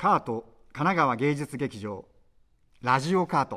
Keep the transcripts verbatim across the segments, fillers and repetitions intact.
カート神奈川芸術劇場ラジオカート。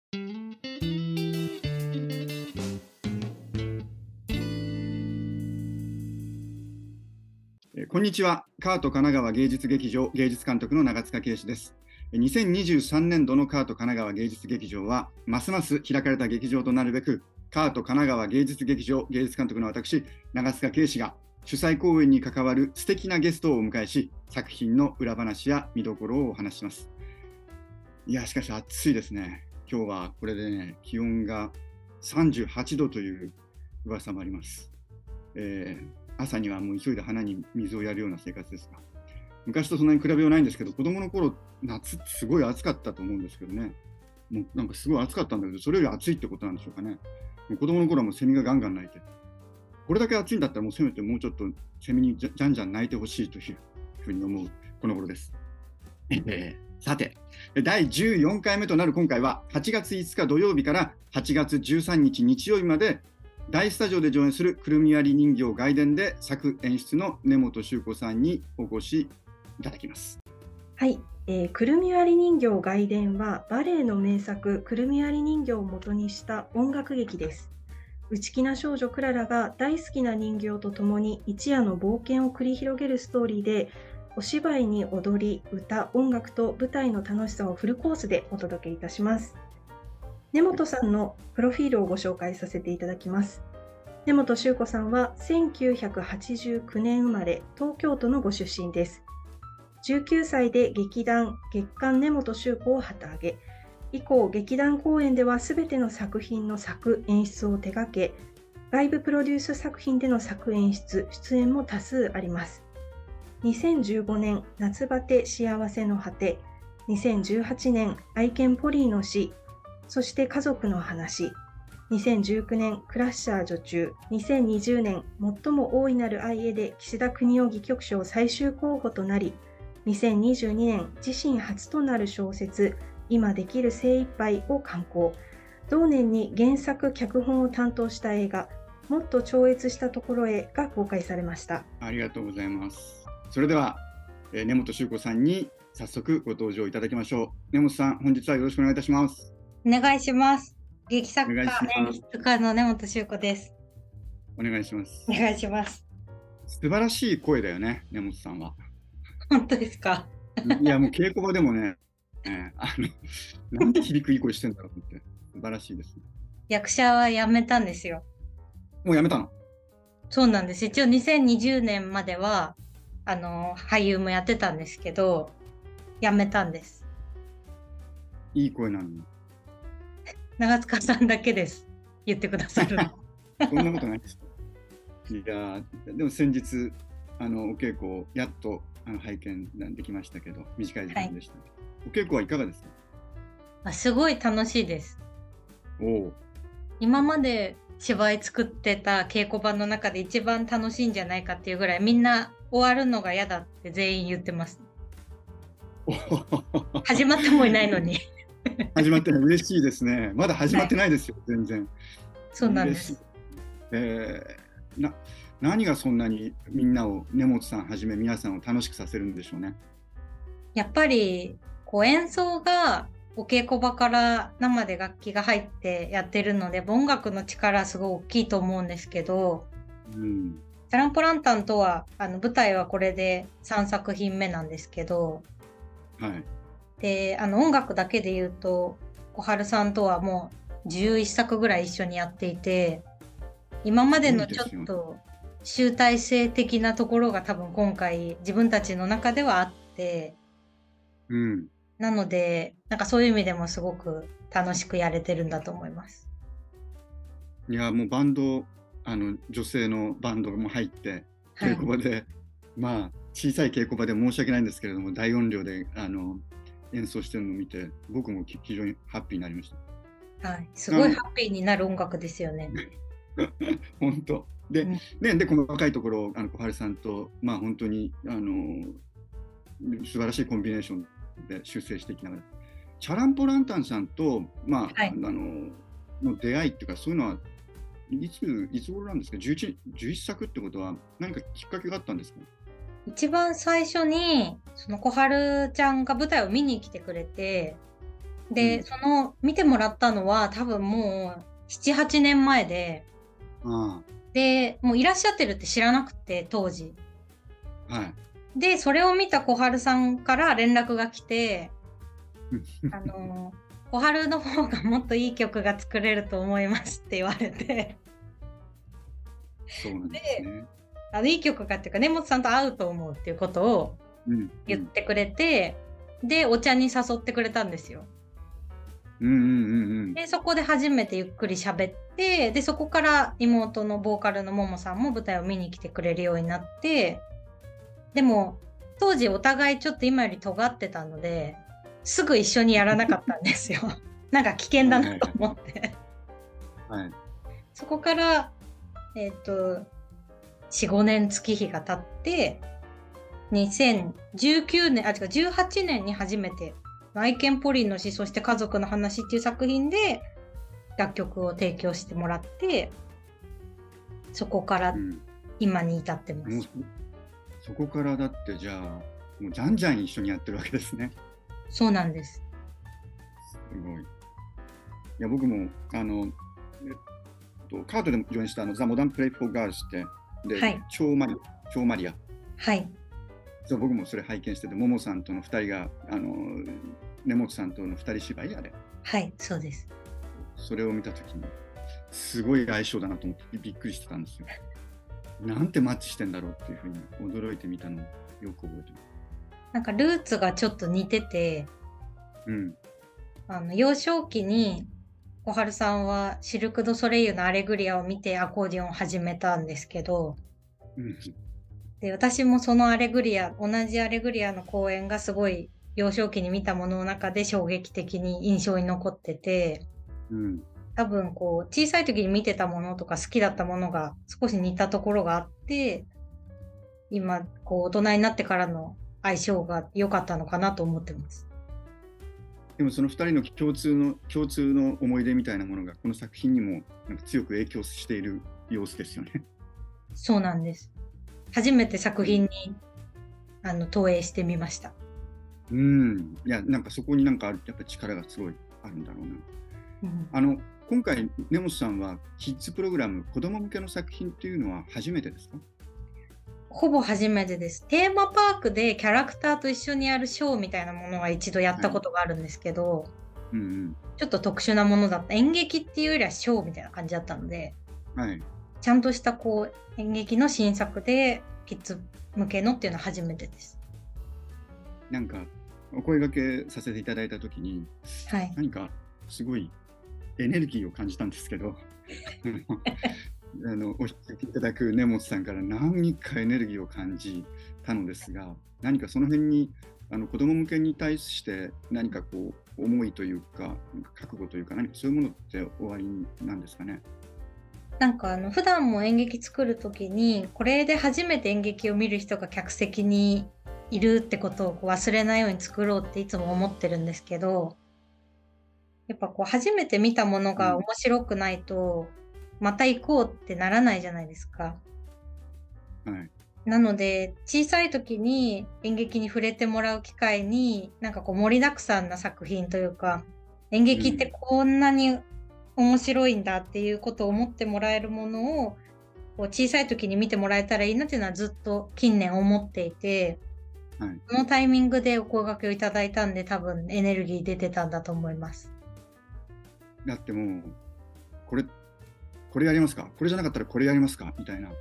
こんにちは。カート神奈川芸術劇場芸術監督の長塚圭史です。にせんにじゅうさんねん度のカート神奈川芸術劇場はますます開かれた劇場となるべく、カート神奈川芸術劇場芸術監督の私長塚圭史が主催公演に関わる素敵なゲストをお迎えし、作品の裏話や見どころをお話しします。いやしかし暑いですね。今日はこれでね、気温がさんじゅうはちどという噂もあります。えー、朝にはもう急いで花に水をやるような生活ですが、昔とそんなに比べようないんですけど、子供の頃夏すごい暑かったと思うんですけどね。もうなんかすごい暑かったんだけど、それより暑いってことなんでしょうかね。もう子供の頃はもうセミがガンガン鳴いて、これだけ暑いんだったらもうせめてもうちょっとセミにじゃじゃんじゃん鳴いてほしいというふうに思うこの頃です。えー、さて、だいじゅうよんかいめとなる今回ははちがついつか土曜日からはちがつじゅうさんにち日曜日まで大スタジオで上演するくるみ割り人形外伝で作演出の根本周子さんにお越しいただきます。 はい、えー、くるみ割り人形外伝はバレエの名作くるみ割り人形を元にした音楽劇です。内気な少女クララが大好きな人形と共に一夜の冒険を繰り広げるストーリーで、お芝居に踊り、歌、音楽と舞台の楽しさをフルコースでお届けいたします。根本さんのプロフィールをご紹介させていただきます。根本周子さんはせんきゅうひゃくはちじゅうきゅうねん生まれ、東京都のご出身です。じゅうきゅうさいで劇団月刊根本周子を旗揚げ、以降劇団公演ではすべての作品の作演出を手掛け、外部プロデュース作品での作演出出演も多数あります。にせんじゅうごねん夏バテ幸せの果て、にせんじゅうはちねん愛犬ポリーの死、そして家族の話、にせんじゅうきゅうねんクラッシャー女中、にせんにじゅうねん最も大いなる愛へで岸田邦夫戯曲賞最終候補となり、にせんにじゅうにねん自身初となる小説今できる精一杯を刊行。同年に原作脚本を担当した映画もっと超越したところへが公開されました。 ありがとうございます。それでは、えー、根本周子さんに早速ご登場いただきましょう。根本さん、本日はよろしくお願いいたします。 お願いします。劇作家、演出家の根本周子です。 お願いします。 お願いします。 素晴らしい声だよね、根本さんは。 本当ですか？ いや、もう稽古場でもね、えー、あのなんで響くいい声してんだろうって、素晴らしいです、ね。 役者は辞めたんですよ。 もう辞めたの？ そうなんです。一応にせんにじゅうねんまではあの俳優もやってたんですけど、辞めたんです。 いい声なのに。 長塚さんだけです。言ってくださるの。 そんなことないです。いや、でも先日あのお稽古をやっとあの拝見できましたけど、短い時間でした、ね。はい、お稽古はいかがですか？ あ、すごい楽しいです。 おう。 今まで芝居作ってた稽古場の中で一番楽しいんじゃないかっていうぐらい、みんな終わるのが嫌だって全員言ってます。始まってもいないのに。 始まってない。嬉しいですね。まだ始まってないですよ、はい、全然。 そうなんです。 えー、な何がそんなにみんなを、根本さんはじめ皆さんを楽しくさせるんでしょうね。 やっぱりこう演奏がお稽古場から生で楽器が入ってやってるので、音楽の力すごい大きいと思うんですけど、うん、チャランポランタンとはあの舞台はこれでさんさくひんめなんですけど、 はい、 であの音楽だけで言うと小春さんとはもうじゅういっさくぐらい一緒にやっていて、今までのちょっと集大成的なところが多分今回自分たちの中ではあって、 うん、 なのでなんかそういう意味でもすごく楽しくやれてるんだと思います。 いや、もうバンド、あの女性のバンドも入って稽古場で、はい、まあ小さい稽古場で申し訳ないんですけれども、大音量であの演奏してるのを見て僕も非常にハッピーになりました。 はい、すごいハッピーになる音楽ですよね。 本当で、うん、ね、で細かいところあの小春さんとまあ本当にあの素晴らしいコンビネーションで修正していきながら、チャランポランタンさんとまあ、はい、あのの出会いっていうか、そういうのはいついつ頃なんですか？じゅういち、じゅういっさくってことは何かきっかけがあったんですか？ 一番最初にその小春ちゃんが舞台を見に来てくれて、で、うん、その見てもらったのは多分もうななはちねんまえで、ああでもういらっしゃってるって知らなくて当時、はい、でそれを見た小春さんから連絡が来てあの小春の方がもっといい曲が作れると思いますって言われてそうなんですね。 あのいい曲かっていうか根本さんと合うと思うっていうことを言ってくれて、うんうん、でお茶に誘ってくれたんですよ。 うんうんうんうん、 でそこで初めてゆっくり喋って、でそこから妹のボーカルのももさんも舞台を見に来てくれるようになって、でも当時お互いちょっと今より尖ってたのですぐ一緒にやらなかったんですよなんか危険だなと思ってはい、はい、そこからえっとよん、ごねん月日が経ってにせんじゅうきゅうねん、あ、違う、じゅうはちねんに初めて愛犬ポリンの死、そして家族の話っていう作品で楽曲を提供してもらって、そこから今に至ってます。うん、 そこからだってじゃあもうじゃんじゃん一緒にやってるわけですね。 そうなんです。すごい。いや僕もあの、えっと、カートでも上演したあのザ・モダン・プレイ・フォー・ガールズってで、はい、超マリア、超マリア。 はい。 そう僕もそれ拝見してて、ももさんとのふたりがあの根本さんとのふたり芝居あれ。 はい、そうです。 それを見たときにすごい相性だなと思ってびっくりしてたんですよ。なんてマッチしてんだろうっていうふうに驚いてみたのをよく覚えてます。 なんかルーツがちょっと似てて、うん、あの幼少期に小春さんはシルク・ドゥ・ソレイユのアレグリアを見てアコーディオンを始めたんですけど、うんで私もそのアレグリア、同じアレグリアの公演がすごい幼少期に見たものの中で衝撃的に印象に残ってて、うん、多分こう小さい時に見てたものとか好きだったものが少し似たところがあって、今こう大人になってからの相性が良かったのかなと思ってます。 でもそのふたりの共通の共通の思い出みたいなものがこの作品にもなんか強く影響している様子ですよね。 そうなんです。初めて作品にあの投影してみました。 うん、いやなんかそこになんかやっぱり力がすごいあるんだろうな。うん、あの今回根本さんはキッズプログラム子ども向けの作品っていうのは初めてですか？ ほぼ初めてです。テーマパークでキャラクターと一緒にやるショーみたいなものは一度やったことがあるんですけど、はいうんうん、ちょっと特殊なものだった。演劇っていうよりはショーみたいな感じだったので、はい、ちゃんとしたこう演劇の新作でキッズ向けのっていうのは初めてです。 なんかお声掛けさせていただいたときに、はい、何かすごいエネルギーを感じたんですけどあのお引きいただく根本さんから何かエネルギーを感じたのですが、何かその辺にあの子ども向けに対して何かこう思いというか覚悟というか何かそういうものっておありなんですかね？ なんかあの普段も演劇作る時にこれで初めて演劇を見る人が客席にいるってことをこう忘れないように作ろうっていつも思ってるんですけど、やっぱこう初めて見たものが面白くないと、うん、また行こうってならないじゃないですか。はい、なので小さい時に演劇に触れてもらう機会になんかこう盛りだくさんな作品というか、演劇ってこんなに面白いんだっていうことを思ってもらえるものをこう小さい時に見てもらえたらいいなっていうのはずっと近年思っていて、はい、そのタイミングでお声掛けをいただいたんで多分エネルギー出てたんだと思います。 だってもうこれこれやりますか、これじゃなかったらこれやりますかみたいな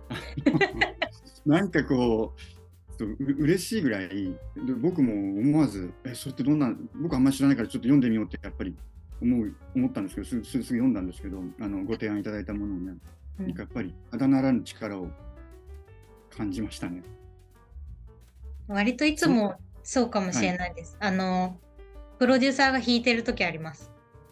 なんかこうう嬉しいぐらい、僕も思わずえそれってどんな、僕あんまり知らないからちょっと読んでみようってやっぱり思う思ったんですけど、すぐすぐ読んだんですけど、あのご提案いただいたものをね、うん、なんかやっぱりただならぬ力を感じましたね。 割といつもそうかもしれないです。はい、あのプロデューサーが弾いてる時あります。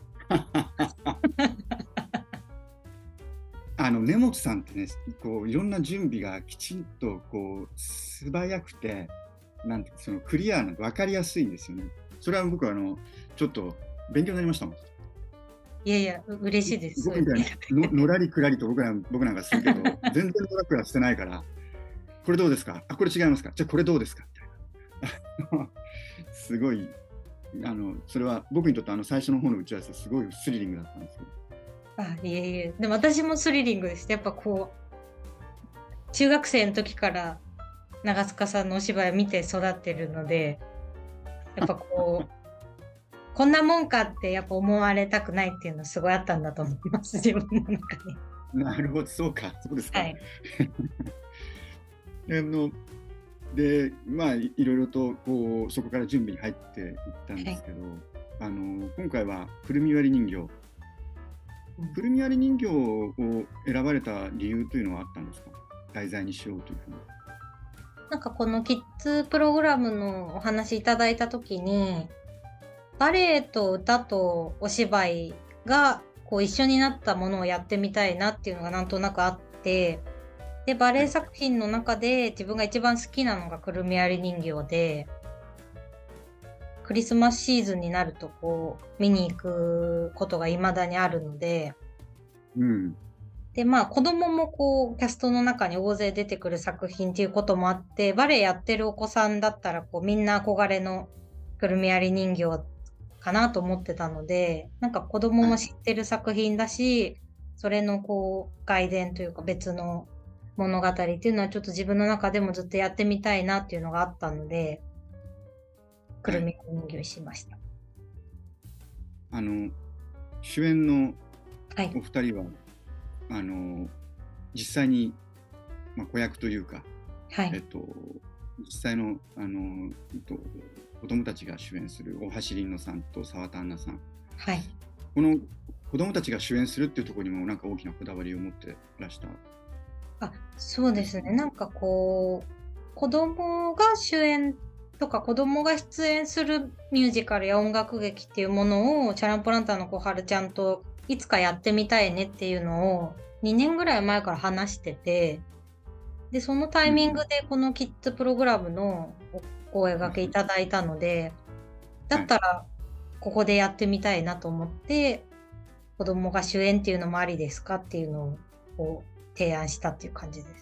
あの根本さんってね、こういろんな準備がきちんとこう素早くて、なんてそのクリアな分かりやすいんですよね。それは僕はあのちょっと勉強になりましたもん。 いやいや嬉しいです。 僕みたいにののらりくらりと僕ら僕なんかするけど全然のらくらしてないから。 これどうですか、あこれ違いますか、じゃあこれどうですかみたいなすごいあのそれは僕にとってあの最初の方の打ち合わせすごいスリリングだったんですけど。 あ、いえいえ、でも私もスリリングです。やっぱこう中学生の時から長塚さんのお芝居を見て育ってるので、やっぱこうこんなもんかってやっぱ思われたくないっていうのはすごいあったんだと思います、自分の中に。 なるほど、そうか、そうですか。 はい。 あので、まあいろいろとこうそこから準備に入っていったんですけど、はい、あの今回はくるみ割り人形、うん、くるみ割り人形を選ばれた理由というのはあったんですか、題材にしようというふうに。 なんかこのキッズプログラムのお話いただいた時に、バレエと歌とお芝居がこう一緒になったものをやってみたいなっていうのがなんとなくあって、でバレエ作品の中で自分が一番好きなのがくるみ割り人形で、クリスマスシーズンになるとこう見に行くことが未だにあるので、 うん、 でまあ子供もこうキャストの中に大勢出てくる作品っていうこともあって、バレエやってるお子さんだったらこうみんな憧れのくるみ割り人形かなと思ってたので、なんか子供も知ってる作品だし、はい、それのこう外伝というか別の物語っていうのはちょっと自分の中でもずっとやってみたいなっていうのがあったので、くるみ人形しました。 あの主演のお二人は、はい、あの実際に、まあ、子役というか、 はい、 えっと、実際の、あの、えっと、子供たちが主演する大橋凛乃さんと沢田杏奈さん、 はい、 この子供たちが主演するっていうところにもなんか大きなこだわりを持ってらした。 あ、そうですね。なんかこう子供が主演とか子供が出演するミュージカルや音楽劇っていうものをチャランポランタンの小春ちゃんといつかやってみたいねっていうのをにねんぐらい前から話してて、でそのタイミングでこのキッズプログラムのお声掛けいただいたので、だったらここでやってみたいなと思って、子供が主演っていうのもありですかっていうのをこう提案したっていう感じです。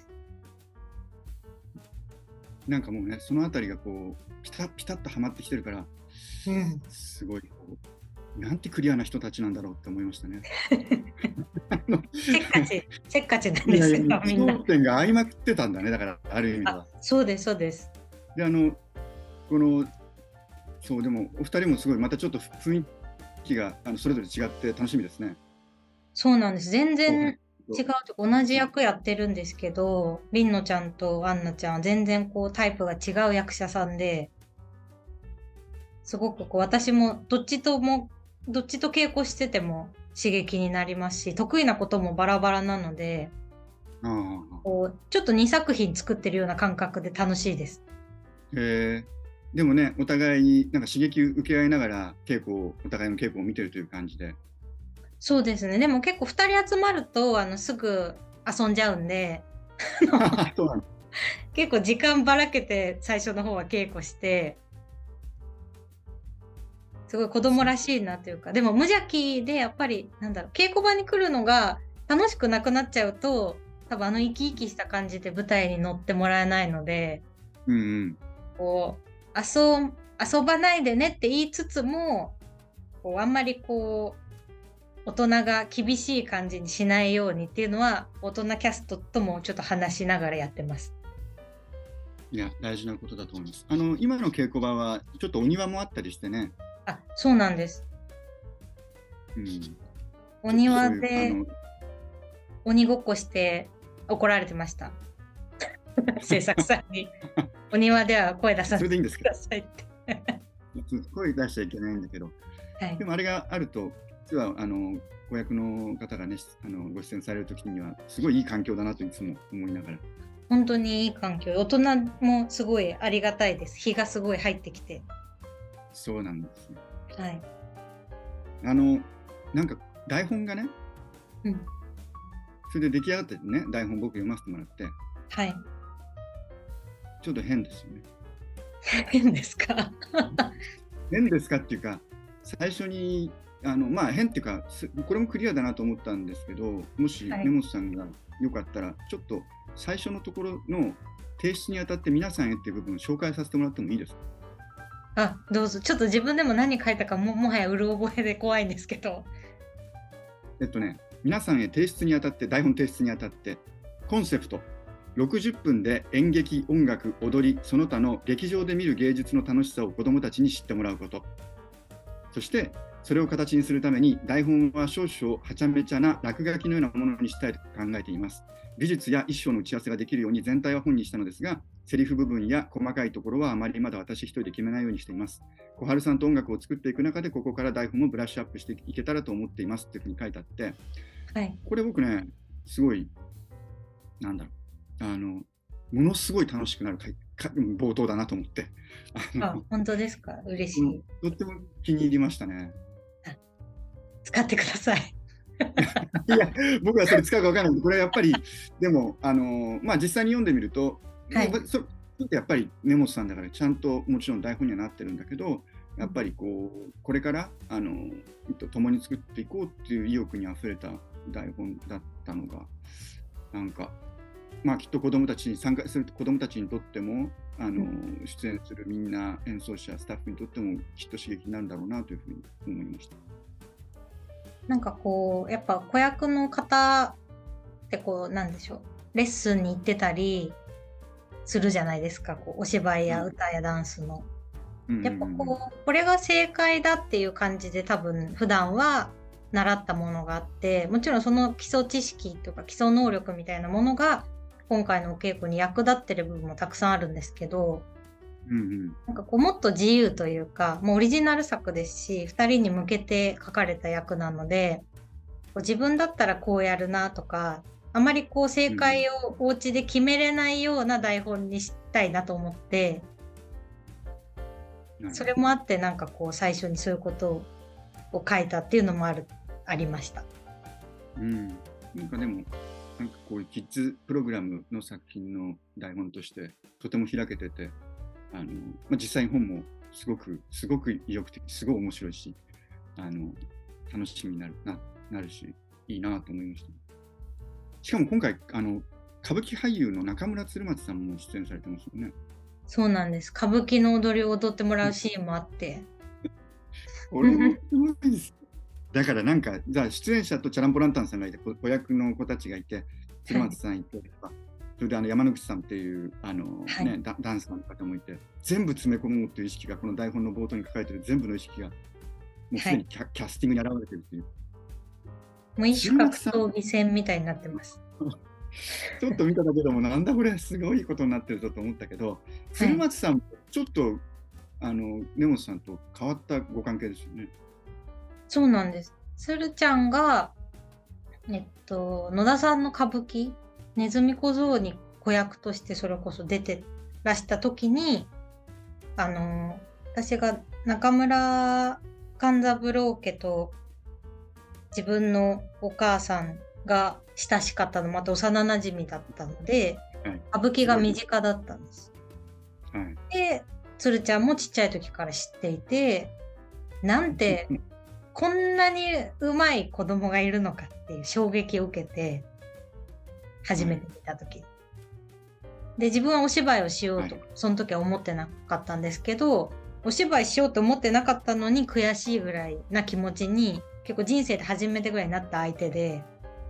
なんかもうね、そのあたりがこうピタッピタッとはまってきてるから、 うん、 すごいこうなんてクリアな人たちなんだろうって思いましたね。 せっかち、せっかちなんですよ、みんな。 焦点が合いまくってたんだね、だからある意味では。 そうですそうです。 で、あのこのそうでもお二人もすごいまたちょっと雰囲気があのそれぞれ違って楽しみですね。 そうなんです。全然違うと同じ役やってるんですけど、りんのちゃんとアンナちゃんは全然こうタイプが違う役者さんで、すごくこう私もどっちともどっちと稽古してても刺激になりますし、得意なこともバラバラなので、 あこうちょっとにさく品作ってるような感覚で楽しいです。 へえ。でもね、お互いになんか刺激を受け合いながら稽古をお互いの稽古を見てるという感じで。 そうですね。でも結構ふたり集まるとあのすぐ遊んじゃうんでそうなの結構時間ばらけて最初の方は稽古して、すごい子供らしいなというか、でも無邪気でやっぱりなんだろう、稽古場に来るのが楽しくなくなっちゃうと、多分あの生き生きした感じで舞台に乗ってもらえないので、 うんうん、 こう 遊, 遊ばないでねって言いつつも、こうあんまりこう大人が厳しい感じにしないようにっていうのは大人キャストともちょっと話しながらやってます。 いや、大事なことだと思います。あの今の稽古場はちょっとお庭もあったりしてね。 あ、そうなんです、 うん、 お庭で鬼ごっこして怒られてました制作さんにお庭では声出させてくださいって声出しちゃいけないんだけど、はい、でもあれがあると実はあの子役の方がね、あのご出演される時にはすごいいい環境だなといつも思いながら。 本当にいい環境、大人もすごいありがたいです。日がすごい入ってきて。 そうなんですね。 はい。 あのなんか台本がね、 うん、 それで出来上がってね、台本僕読ませてもらって、 はい。 ちょっと変ですよね。 変ですか変ですかっていうか、最初にあのまあ変っていうか、これもクリアだなと思ったんですけど、もし根本さんがよかったら、はい、ちょっと最初のところの提出にあたって皆さんへっていう部分を紹介させてもらってもいいですか？ あ、どうぞ。ちょっと自分でも何書いたかも、もはやうる覚えで怖いんですけど。 えっとね、皆さんへ提出にあたって、台本提出にあたって、コンセプト、ろくじゅっぷんで演劇、音楽、踊り、その他の劇場で見る芸術の楽しさを子どもたちに知ってもらうこと。そして、それを形にするために、台本は少々はちゃめちゃな落書きのようなものにしたいと考えています。美術や衣装の打ち合わせができるように全体は本にしたのですが、セリフ部分や細かいところはあまりまだ私一人で決めないようにしています。小春さんと音楽を作っていく中で、ここから台本をブラッシュアップしていけたらと思っていますっていうふうに書いてあって、 はい、 これ僕ね、すごい、なんだろう、あの、ものすごい楽しくなる冒頭だなと思って。 ああ、本当ですか？嬉しい。 とっても気に入りましたね。 使ってください。 いや、僕はそれ使うか分からないけど、これやっぱり、でも、あのまあ、実際に読んでみると、はい、そやっぱり根本さんだから、ちゃんともちろん台本にはなってるんだけど、やっぱりこう、これからあの共に作っていこうっていう意欲にあふれた台本だったのが、なんか、まあ、きっと子どもたちに参加する子どもたちにとっても、あの出演するみんな演奏者、スタッフにとってもきっと刺激になるんだろうなというふうに思いました。 なんかこうやっぱ子役の方ってこうなんでしょう、レッスンに行ってたりするじゃないですか、こうお芝居や歌やダンスの、うん、やっぱこうこれが正解だっていう感じで多分普段は習ったものがあって、もちろんその基礎知識とか基礎能力みたいなものが今回のお稽古に役立ってる部分もたくさんあるんですけど、うんうん、なんかこうもっと自由というか、もうオリジナル作ですし、ふたりに向けて書かれた役なので、こう自分だったらこうやるなとか、あまりこう正解をお家で決めれないような台本にしたいなと思って、うん、それもあってなんかこう最初にそういうことを書いたっていうのもあるありました。 うん、なんかでもなんかこういうキッズプログラムの作品の台本としてとても開けてて、あのまあ、実際に本もすごくすごく意欲的、すごい面白いし、あの楽しみになる な, なるしいいなと思いました。しかも今回あの歌舞伎俳優の中村鶴松さんも出演されてますよね。 そうなんです。歌舞伎の踊りを踊ってもらうシーンもあって俺もすごいです。だからなんかじゃあ出演者とチャランポランタンさんがいて、子役の子たちがいて、鶴松さんいて、はい、それであの山口さんっていうあの、はいね、ダ, ダンサーの方もいて、全部詰め込もうという意識がこの台本の冒頭に書かれている全部の意識がもうすでにキ ャ,、はい、キャスティングに現れているという。 もう一種格闘技戦みたいになってます。 ちょっと見ただけでもなんだこれすごいことになってるぞと思ったけど、鶴松さんもちょっと、はい、あの根本さんと変わったご関係ですよね。 そうなんです。鶴ちゃんが、えっと、野田さんの歌舞伎、ネズミ小僧に子役としてそれこそ出てらした時に、あの、私が中村勘三郎家と自分のお母さんが親しかったのもまた幼なじみだったので、はい、歌舞伎が身近だったんです。はい、で、鶴ちゃんもちっちゃい時から知っていて、なんてこんなにうまい子供がいるのかっていう衝撃を受けて、初めて見た時、はい、で自分はお芝居をしようと、はい、その時は思ってなかったんですけど、お芝居しようと思ってなかったのに悔しいぐらいな気持ちに結構人生で初めてぐらいになった相手で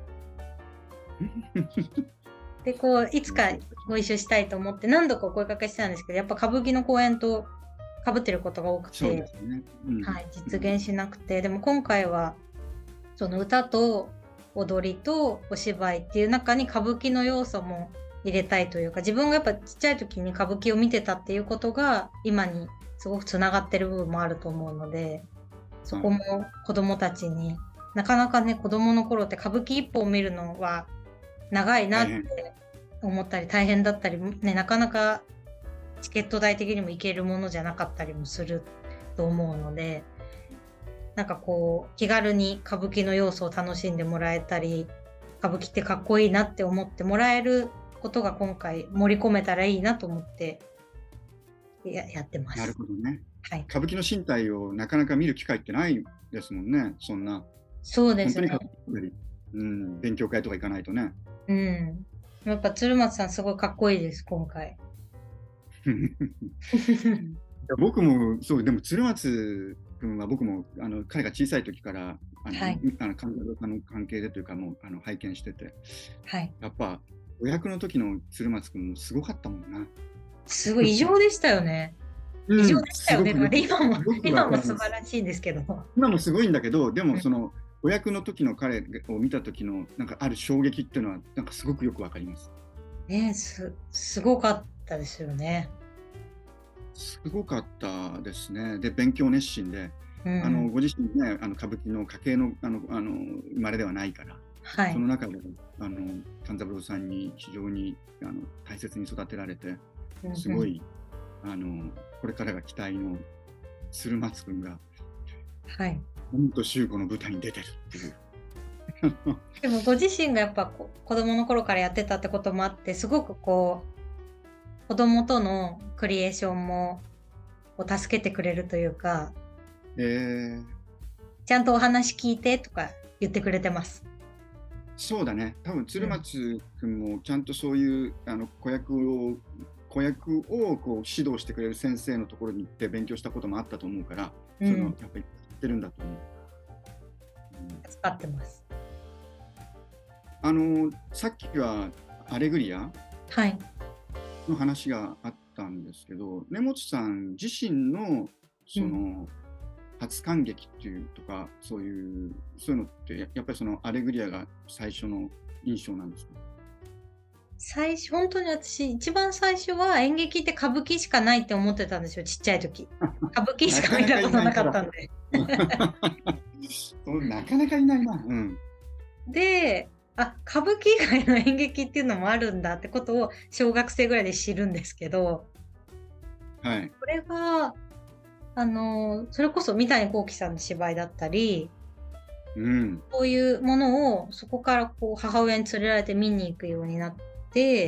でこういつかご一緒したいと思って何度かお声かけしてたんですけど、やっぱ歌舞伎の公演と被ってることが多くて、ねうんはい、実現しなくて、でも今回はその歌と踊りとお芝居っていう中に歌舞伎の要素も入れたいというか、自分がやっぱちっちゃい時に歌舞伎を見てたっていうことが今にすごくつながってる部分もあると思うので、そこも子どもたちに、なかなかね子どもの頃って歌舞伎一本見るのは長いなって思ったり大変だったり、ね、なかなかチケット代的にも行けるものじゃなかったりもすると思うので、なんかこう気軽に歌舞伎の要素を楽しんでもらえたり、歌舞伎ってかっこいいなって思ってもらえることが今回盛り込めたらいいなと思ってや、やってます。 なるほどね、 はい、 歌舞伎の身体をなかなか見る機会ってないですもんね。そんなそうですね、 本当に、うん、勉強会とか行かないとね。 うん、 やっぱ鶴松さんすごいかっこいいです、今回。 僕もそう、でも鶴松君は僕もあの彼が小さい時からあの、 はい、 あの監督の関係でというかもうあの拝見してて、 はい、 やっぱ子役の時の鶴松君もすごかったもんな。 すごい異常でしたよね。異常でしたよね。で今も今も素晴らしいんですけど。 今もすごいんだけど、でもその子役の時の彼を見た時のなんかある衝撃っていうのはなんかすごくよくわかります。 ね、すすごかったですよね。 すごかったですね。で勉強熱心で、うん、あのご自身ねあの歌舞伎の家系のあのあの生まれではないから、はい、その中であの勘三郎さんに非常にあの大切に育てられて、すごい、うん、あのこれからが期待の鶴松君が、 はい、 本と秀子の舞台に出てるっていう。 でもご自身がやっぱこ子供の頃からやってたってこともあって、すごくこう子供とのクリエーションもこう助けてくれるというか、 えー、 ちゃんとお話聞いてとか言ってくれてます。 そうだね、多分鶴松君もちゃんとそういう、うん、あの子役を子役をこう指導してくれる先生のところに行って勉強したこともあったと思うから、うん、そのやっぱり知ってるんだと思う。 うん、使ってます。 あのさっきはアレグリアの話があったんですけど、根本さん自身のその、うん、初観劇っていうとかそういうそういうのってやっぱりそのアレグリアが最初の印象なんですか？ 最初本当に私一番最初は演劇って歌舞伎しかないって思ってたんですよ、ちっちゃい時。歌舞伎しか見たことなかったんで。 なかなかいないな。うん、であ、歌舞伎以外の演劇っていうのもあるんだってことを小学生ぐらいで知るんですけど、 はい、 これがあのそれこそ三谷幸喜さんの芝居だったり、 うん、 そういうものをそこからこう母親に連れられて見に行くようになって、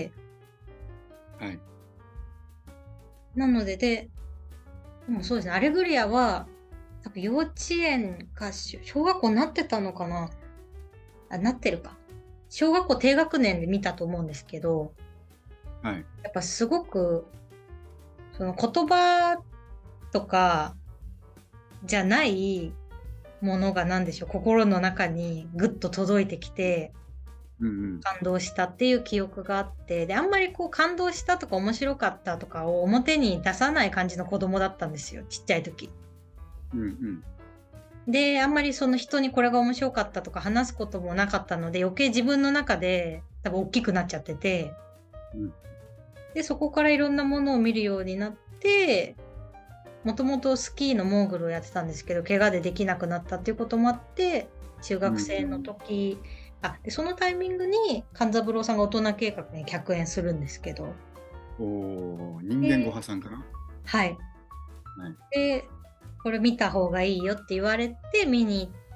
はい、 なのでででもそうですね、アレグリアは多分幼稚園か小学校になってたのかなあ、なってるか。小学校低学年で見たと思うんですけど、 はい、 やっぱすごくその言葉とかじゃないものが何でしょう、心の中にぐっと届いてきて、うんうん、感動したっていう記憶があって、であんまりこう感動したとか面白かったとかを表に出さない感じの子供だったんですよ、ちっちゃい時。 うんうんであんまりその人にこれが面白かったとか話すこともなかったので、余計自分の中で多分大きくなっちゃってて、うん、でそこからいろんなものを見るようになって、もともとスキーのモーグルをやってたんですけど、怪我でできなくなったっていうこともあって中学生の時、うん、あでそのタイミングに勘三郎さんが大人計画に客演するんですけど、 お人間ご破産かな、 はい、はい、でこれ見た方がいいよって言われて見に行って、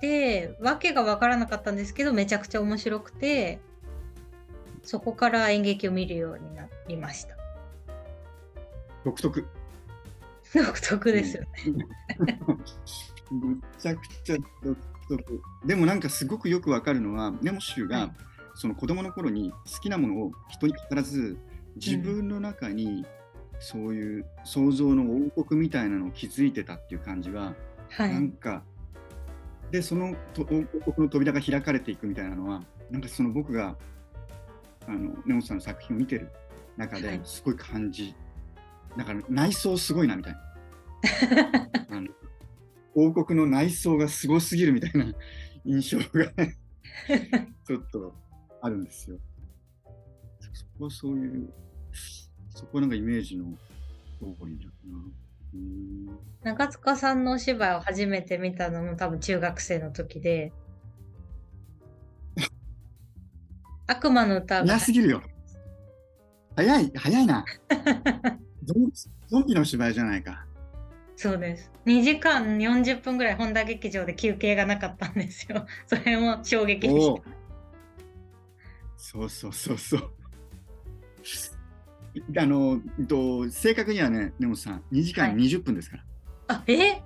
わけが分からなかったんですけどめちゃくちゃ面白くて、そこから演劇を見るようになりました。 独特独特ですよね。 むちゃくちゃ独特。でもなんかすごくよくわかるのは、根本衆が、はい、その子供の頃に好きなものを人に語らず自分の中に、うん、そういう想像の王国みたいなのを築いてたっていう感じは、はい、なんかでその王国の扉が開かれていくみたいなのは、なんかその僕があの根本さんの作品を見てる中ですごい感じ、はい、だから内装すごいなみたいなあの王国の内装がすごすぎるみたいな印象がねちょっとあるんですよ。そこはそういうそこはなんかイメージの通りだな。うーん、 長塚さんのお芝居を初めて見たのも多分中学生の時で悪魔の歌が早すぎるよ。早い早いなゾンゾンビの芝居じゃないか。 そうです。にじかんよんじゅっぷんぐらい本田劇場で休憩がなかったんですよ。それも衝撃でした。 そうそうそうそうあのと正確にはね、根本さんにじかんにじゅっぷんですから、 はい、あえ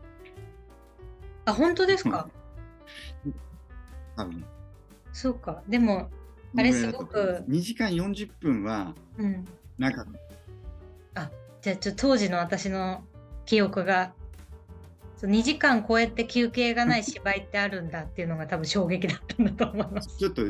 あ本当ですか？ 多分そうか。でもあれすごく、 にじかんよんじゅっぷんはうん、 なかっあ、じゃあちょっと当時の私の記憶が、そうにじかん超えて休憩がない芝居ってあるんだっていうのが多分衝撃だったんだと思いまた。 す。 ちょっと、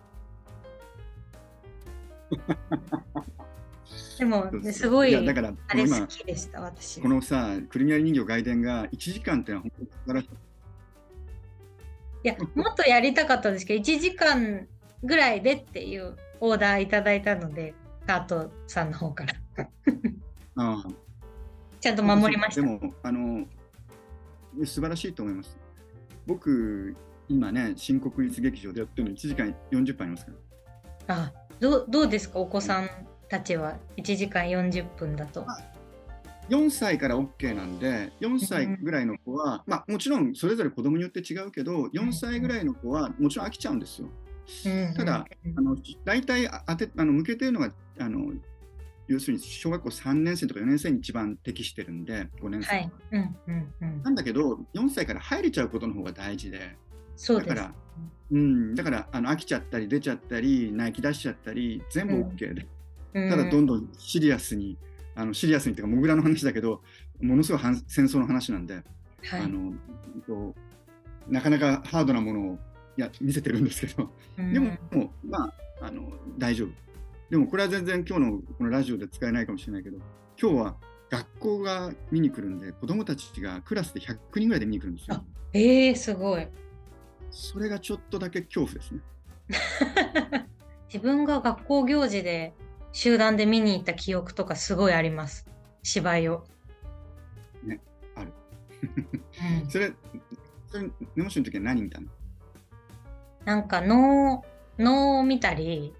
でも、 そうそうね、すごいや、だい、 から、 あれ好今、 きでした、私。 このさ、くるみ割り人形外伝がいちじかんっていうのは本当に素晴らしい。 いや、もっとやりたかったんですけど、いちじかんぐらいでっていうオーダーいただいたので、カートさんの方から。 ああ、 ちゃんと守りました。 でも、あの、素晴らしいと思います。僕、今ね、新国立劇場でやってるのいちじかんよんじゅっぷんありますから。 あ、どう、どうですか、お子さんたちはいちじかんよんじゅっぷんだと。 よんさいから OK なんで、よんさいぐらいの子は、まあもちろんそれぞれ子供によって違うけど、よんさいぐらいの子はもちろん飽きちゃうんですよ。 うん、 ただ、あの大体当てあの向けてるのがあの、要するに小学校さんねん生とかよねん生に一番適してるんで、ごねん生とか。 はい、うんうんうん、 なんだけど、よんさいから入れちゃうことの方が大事で、 そうです。 だから、うん、だからあの飽きちゃったり出ちゃったり泣き出しちゃったり全部 OK で、 うん、 ただどんどんシリアスにあのシリアスにっていうかモグラの話だけどものすごい戦争の話なんで、はい、あのなかなかハードなものをいや見せてるんですけど、うん、でももうまああの大丈夫。でもこれは全然今日のこのラジオで使えないかもしれないけど、今日は学校が見に来るんで子どもたちがクラスでひゃくにんぐらいで見に来るんですよ。 えー、すごい。 それがちょっとだけ恐怖ですね。 自分が学校行事で集団で見に行った記憶とかすごいあります。芝居を。 ね、ある。うん、それ、それ、ネモシの時は何見たの？ なんか能、能を見たり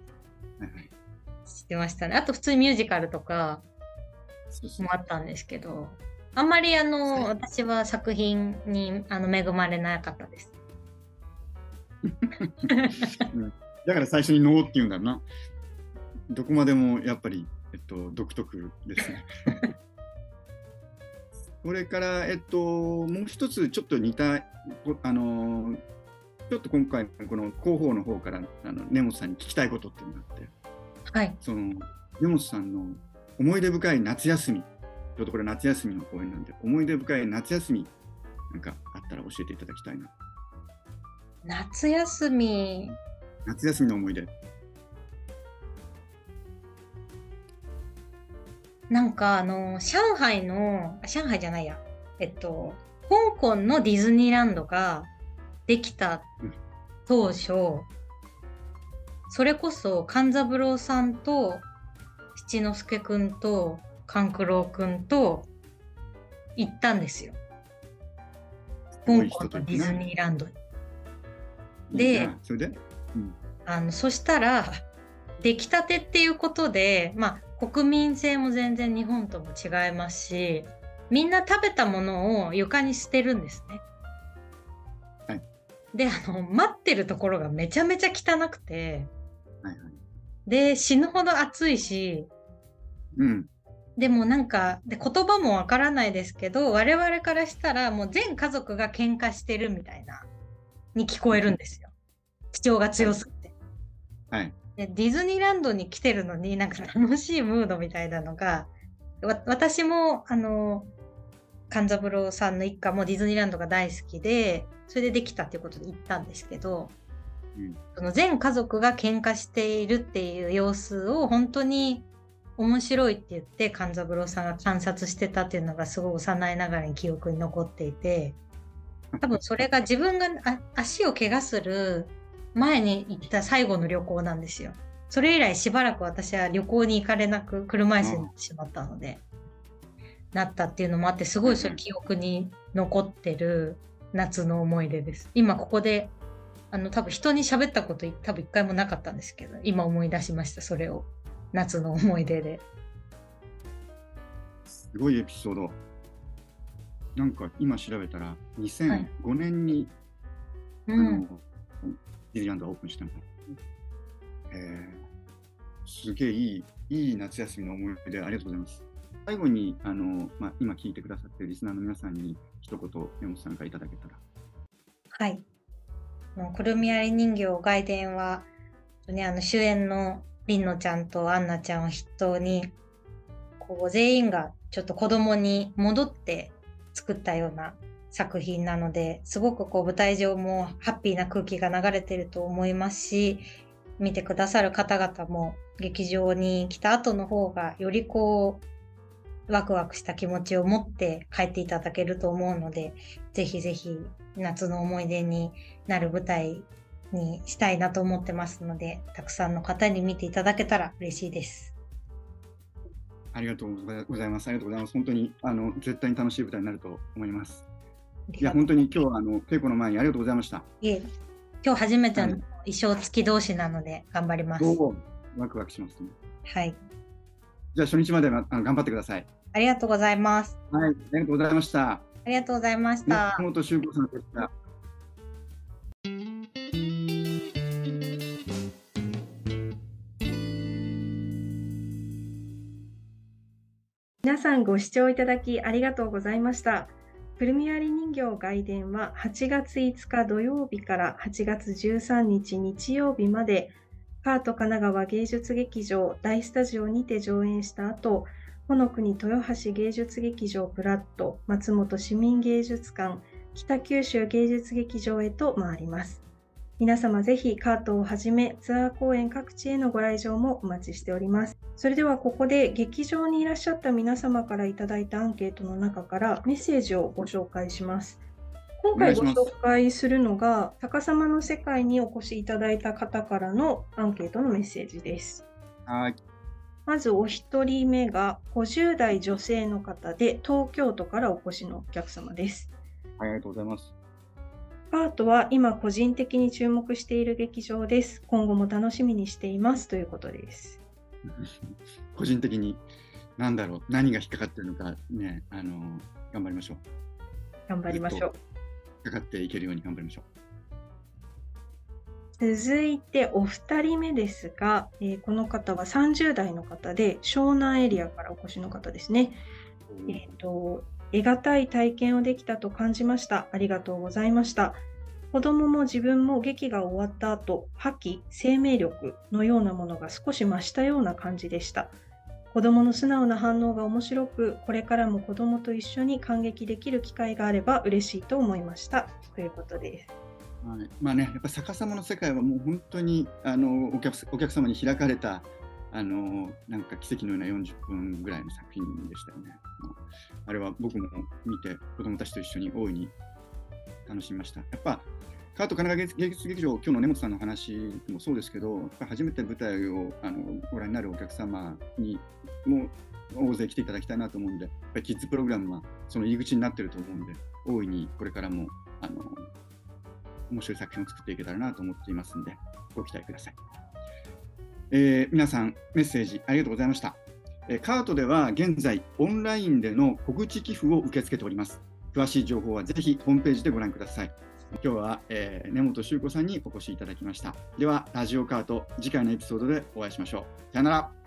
してましたね。あと普通にミュージカルとかもあったんですけど、あんまりあの、私は作品にあの恵まれなかったです。 うん、だから最初にノーって言うんだろうな。どこまでもやっぱり、えっと、独特ですね。これから、えっと、もう一つちょっと似た、あのちょっと今回この広報の方からあの根本さんに聞きたいことっていうのがあって、 はい、 その根本さんの思い出深い夏休み、ちょっとこれ夏休みの公演なんで、思い出深い夏休みなんかあったら教えていただきたいな。 夏休み。 夏休みの思い出。 なんかあの上海の上海じゃないやえっと香港のディズニーランドができた当初、うん、それこそ勘三郎さんと七之助くんと勘九郎くんと行ったんですよ。香港のディズニーランドに。で、 それで、うん、 あのそしたら出来たてっていうことで、まあ、国民性も全然日本とも違いますし、みんな食べたものを床に捨てるんですね。 はい、 であの待ってるところがめちゃめちゃ汚くて、 はいはい、 で死ぬほど暑いし、 うん、 でもなんかで言葉もわからないですけど、我々からしたらもう全家族が喧嘩してるみたいなに聞こえるんですよ。主張が強すぎて。 はいはい、 でディズニーランドに来てるのになんか楽しいムードみたいなのが、わ私もあの勘三郎さんの一家もディズニーランドが大好きで、それでできたっていうことで行ったんですけど、うん、その全家族が喧嘩しているっていう様子を本当に面白いって言って勘三郎さんが観察してたっていうのがすごい幼いながらに記憶に残っていて、多分それが自分が足を怪我する前に行った最後の旅行なんですよ。それ以来しばらく私は旅行に行かれなく車椅子になってしまったので、なったっていうのもあって、すごいそれ記憶に残ってる夏の思い出です。今ここであの多分人に喋ったこと多分一回もなかったんですけど、今思い出しました。それを夏の思い出で。 すごいエピソード。なんか今調べたらにせんごねんに、はい、あの、うん、ディズニーランドがオープンしたの。えー、すげえいいいい夏休みの思い出ありがとうございます。最後にあの、まあ、今聞いてくださっているリスナーの皆さんに一言根本さんからいただけたら。 はい。もうくるみ割り人形外伝はね、あの主演のりんのちゃんとアンナちゃんを筆頭に、こう全員がちょっと子供に戻って作ったような作品なので、すごくこう舞台上もハッピーな空気が流れてると思いますし、見てくださる方々も劇場に来た後の方がよりこうワクワクした気持ちを持って帰っていただけると思うので、ぜひぜひ夏の思い出になる舞台にしたいなと思ってますので、たくさんの方に見ていただけたら嬉しいです。 ありがとうございます。ありがとうございます。本当にあの絶対に楽しい舞台になると思います。いや本当に今日はあの稽古の前にありがとうございました。 いえ、今日初めての衣装付き同士なので頑張ります。 ワクワクしますね。 はい。 じゃあ初日まであの頑張ってください。 ありがとうございます。 はい、ありがとうございました。 ありがとうございました。 根本修子さんでした。 皆さんご視聴いただきありがとうございました。くるみ割り人形外伝ははちがついつか土曜日からはちがつじゅうさんにち日曜日までカート神奈川芸術劇場大スタジオにて上演した後、ほのくに豊橋芸術劇場プラット、松本市民芸術館、北九州芸術劇場へと回ります。皆様ぜひカートをはじめツアー公演各地へのご来場もお待ちしております。それではここで劇場にいらっしゃった皆様からいただいたアンケートの中からメッセージをご紹介します。今回ご紹介するのが逆さまの世界にお越しいただいた方からのアンケートのメッセージです。 はい。 まずお一人目がごじゅうだい女性の方で東京都からお越しのお客様です。 ありがとうございます。 カートは今個人的に注目している劇場です。今後も楽しみにしていますということです。 個人的に何だろう、何が引っかかっているのかね、あの頑張りましょう。 頑張りましょう。 引っかかっていけるように頑張りましょう。続いてお二人目ですが、えー、この方はさんじゅうだいの方で湘南エリアからお越しの方ですね。えーと得難い体験をできたと感じました。ありがとうございました。子供も自分も劇が終わった後、覇気、生命力のようなものが少し増したような感じでした。子供の素直な反応が面白く、これからも子供と一緒に感激できる機会があれば嬉しいと思いました。ということです。 はい、まあね、やっぱ逆さまの世界はもう本当にあのお客、お客様に開かれたあのなんか奇跡のようなよんじゅっぷんぐらいの作品でしたよね。あれは僕も見て子どもたちと一緒に大いに楽しみました。やっぱカート神奈川芸術劇場、今日の根本さんの話もそうですけど、やっぱ初めて舞台をあのご覧になるお客様にも大勢来ていただきたいなと思うんで、やっぱりキッズプログラムはその入り口になっていると思うんで、大いにこれからもあの面白い作品を作っていけたらなと思っていますので、ご期待ください。えー、皆さんメッセージありがとうございました。えー、カートでは現在オンラインでの小口寄付を受け付けております。詳しい情報はぜひホームページでご覧ください。今日は、えー、根本修子さんにお越しいただきました。ではラジオカート次回のエピソードでお会いしましょう。さよなら。